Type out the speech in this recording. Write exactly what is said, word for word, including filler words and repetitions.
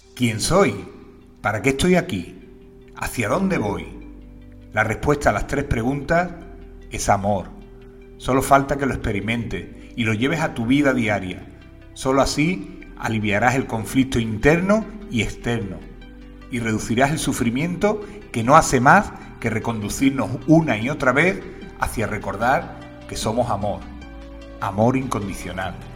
¿Quién soy? ¿Para qué estoy aquí? ¿Hacia dónde voy? La respuesta a las tres preguntas es amor. Solo falta que lo experimentes y lo lleves a tu vida diaria. Solo así aliviarás el conflicto interno y externo y reducirás el sufrimiento que no hace más que reconducirnos una y otra vez hacia recordar que somos amor, amor incondicional.